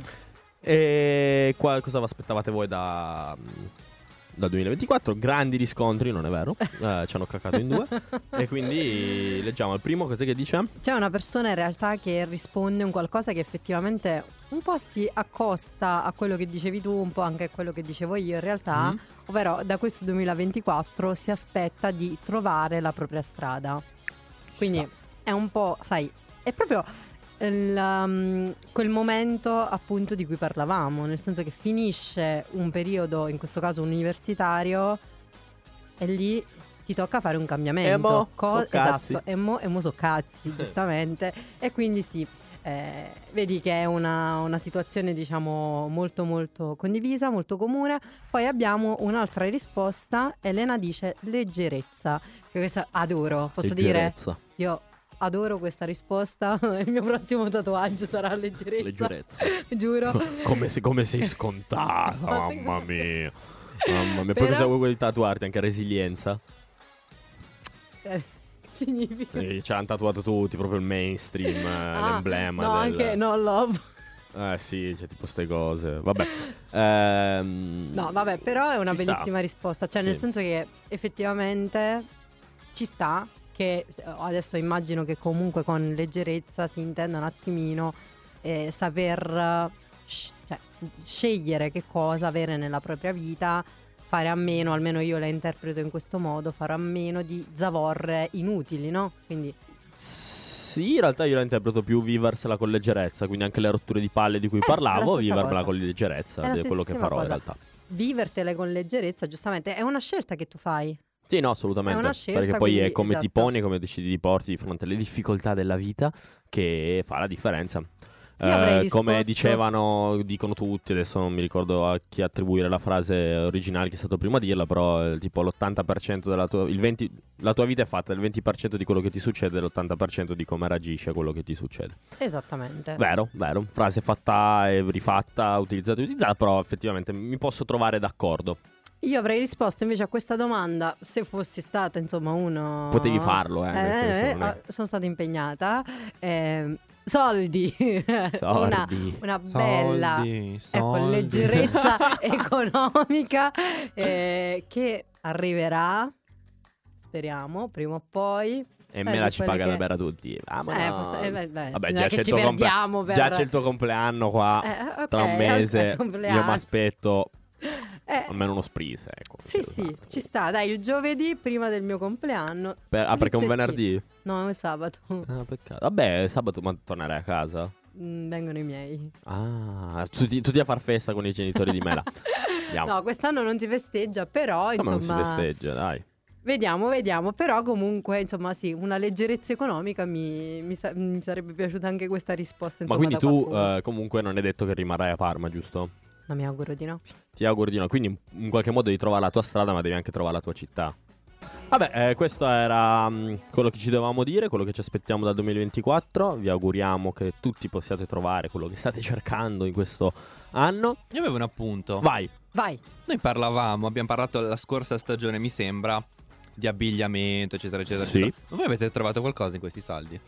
E qua, cosa vi aspettavate voi da, dal duemilaventiquattro? Grandi riscontri, non è vero? Eh, ci hanno caccato in due. E quindi leggiamo il primo, cos'è che dice? C'è una persona in realtà che risponde un qualcosa che effettivamente un po' si accosta a quello che dicevi tu, un po' anche a quello che dicevo io in realtà, mm. ovvero da questo duemilaventiquattro si aspetta di trovare la propria strada. Quindi Sta. è un po', sai, è proprio il, um, quel momento appunto di cui parlavamo, nel senso che finisce un periodo, in questo caso universitario, e lì ti tocca fare un cambiamento. E mo, Co- so cazzi. Esatto, e mo, e mo so cazzi, giustamente. E quindi sì, eh, vedi che è una, una situazione diciamo molto molto condivisa, molto comune. Poi abbiamo un'altra risposta. Elena dice leggerezza, che questa adoro, posso leggerezza. dire? Io adoro questa risposta. Il mio prossimo tatuaggio sarà leggerezza. Leggerezza. Giuro. Come, se, come sei scontata, mamma mia. Mamma mia. Poi Però... cosa vuoi tatuarti? Anche resilienza? Eh. Significa eh, ci hanno tatuato tutti, proprio il mainstream, ah, l'emblema no, del... anche no love. Eh sì, c'è tipo ste cose. Vabbè. Ehm, no, vabbè, però è una bellissima sta. risposta. Cioè, sì. Nel senso che effettivamente ci sta. Che adesso immagino che comunque con leggerezza si intenda un attimino eh, saper sc- cioè, scegliere che cosa avere nella propria vita. Fare a meno, almeno io la interpreto in questo modo, fare a meno di zavorre inutili, no? Quindi sì, in realtà io la interpreto più viversela con leggerezza, quindi anche le rotture di palle di cui eh, parlavo, vivermela cosa. con leggerezza, è quello che farò cosa. in realtà. Vivertele con leggerezza, giustamente, è una scelta che tu fai. Sì, no, assolutamente, è una scelta, perché poi quindi, è come esatto. ti poni, come decidi di porti di fronte alle difficoltà della vita che fa la differenza. Eh, come dicevano, dicono tutti, adesso non mi ricordo a chi attribuire la frase originale che è stato prima a dirla, però eh, tipo l'ottanta per cento della tua il venti la tua vita è fatta del venti per cento di quello che ti succede e l'ottanta per cento di come reagisci a quello che ti succede. Esattamente. Vero, vero, frase fatta e rifatta, utilizzata e utilizzata, però effettivamente mi posso trovare d'accordo. Io avrei risposto invece a questa domanda se fossi stata insomma uno... Potevi farlo, eh, nel eh, senso, eh, sono stata impegnata. Eh, soldi, soldi. Una, una bella soldi, soldi. Ecco, leggerezza economica eh, che arriverà, speriamo, prima o poi. E me la ci paga che... da bere a tutti. Eh, forse, eh, beh, beh, Vabbè, già, già, ci comple... per... già c'è il tuo compleanno qua. Eh, okay, tra un mese io mi aspetto eh, almeno uno sprise, ecco. Sì, sì, usato. Ci sta. Dai, il giovedì prima del mio compleanno. Per... Ah, perché è un venerdì? No, è il sabato. Ah, peccato. Vabbè, sabato ma tornerai a casa? Mm, vengono i miei. Ah, tutti, tutti a far festa con i genitori di Mela. No, quest'anno non si festeggia, però insomma... Ma non si festeggia, dai. Vediamo, vediamo, però comunque insomma sì, una leggerezza economica mi, mi, sa- mi sarebbe piaciuta anche questa risposta. Ma quindi tu eh, comunque non è detto che rimarrai a Parma, giusto? No, mi auguro di no. Ti auguro di no, quindi in qualche modo devi trovare la tua strada, ma devi anche trovare la tua città. Vabbè, eh, questo era um, quello che ci dovevamo dire, quello che ci aspettiamo dal duemilaventiquattro. Vi auguriamo che tutti possiate trovare quello che state cercando in questo anno. Io avevo un appunto. Vai. Vai. Noi parlavamo, abbiamo parlato la scorsa stagione, mi sembra, di abbigliamento, eccetera, eccetera, sì. eccetera. Ma voi avete trovato qualcosa in questi saldi?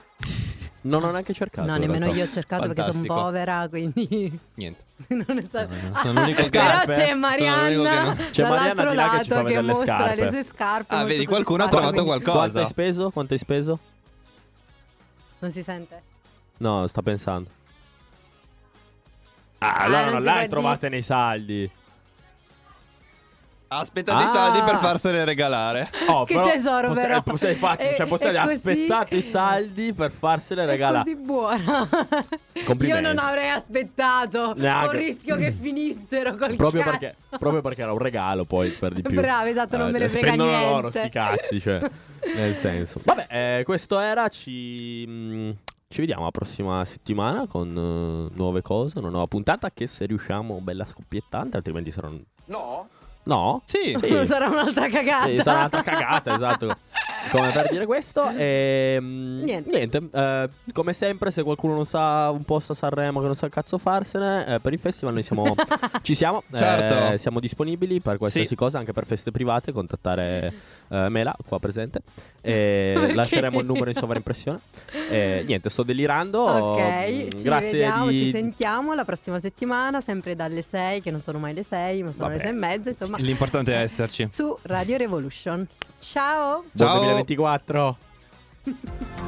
Non ho neanche cercato. No, nemmeno io ho cercato. Fantastico. Perché sono povera, quindi niente. Non è stato. No, no, sono l'unico che... Però c'è Marianna non... c'è dall'altro Marianna lato che, ci fa che le mostra scarpe. le sue scarpe. Ah, vedi, qualcuno ha trovato quindi... qualcosa. Quanto hai speso? Quanto hai speso? Non si sente? No, sta pensando. Ah, Ah, allora non non si le può hai trovate nei saldi. Aspettate Ah. i saldi per farsene regalare. Oh, Che però tesoro, possi- però. eh, possi- infatti, È- cioè, possiamo è dire, così- aspettate i saldi per farsele È regalare. così buona. Complimenti. Io non avrei aspettato. Neanche. Con rischio che finissero col Proprio cazzo. perché, proprio perché era un regalo, poi per di più. Bravo, esatto, non me ne frega spendono niente. loro sti cazzi, cioè, nel senso. Vabbè, eh, questo era. Ci, mh, ci vediamo la prossima settimana con eh, nuove cose, una nuova puntata che se riusciamo bella scoppiettante, altrimenti saranno. No? No? Sì. Sì. Sarà un'altra cagata. Sì, sarà un'altra cagata, esatto. Come per dire questo. E, mm, Niente. niente, eh, come sempre, se qualcuno non sa un posto a Sanremo che non sa il cazzo farsene, eh, per il festival noi siamo, ci siamo. Certo. eh, siamo disponibili per qualsiasi Sì. cosa, anche per feste private. Contattare eh, Mela, qua presente. E Perché? lasceremo il numero in sovraimpressione. E niente, sto delirando. Ok, Mm, ci grazie vediamo, di... ci sentiamo la prossima settimana, sempre dalle sei, che non sono mai le sei, ma sono Vabbè. le sei e mezza, insomma, L'importante è esserci. su Radio Revolution. Ciao! Buon Ciao. duemilaventiquattro.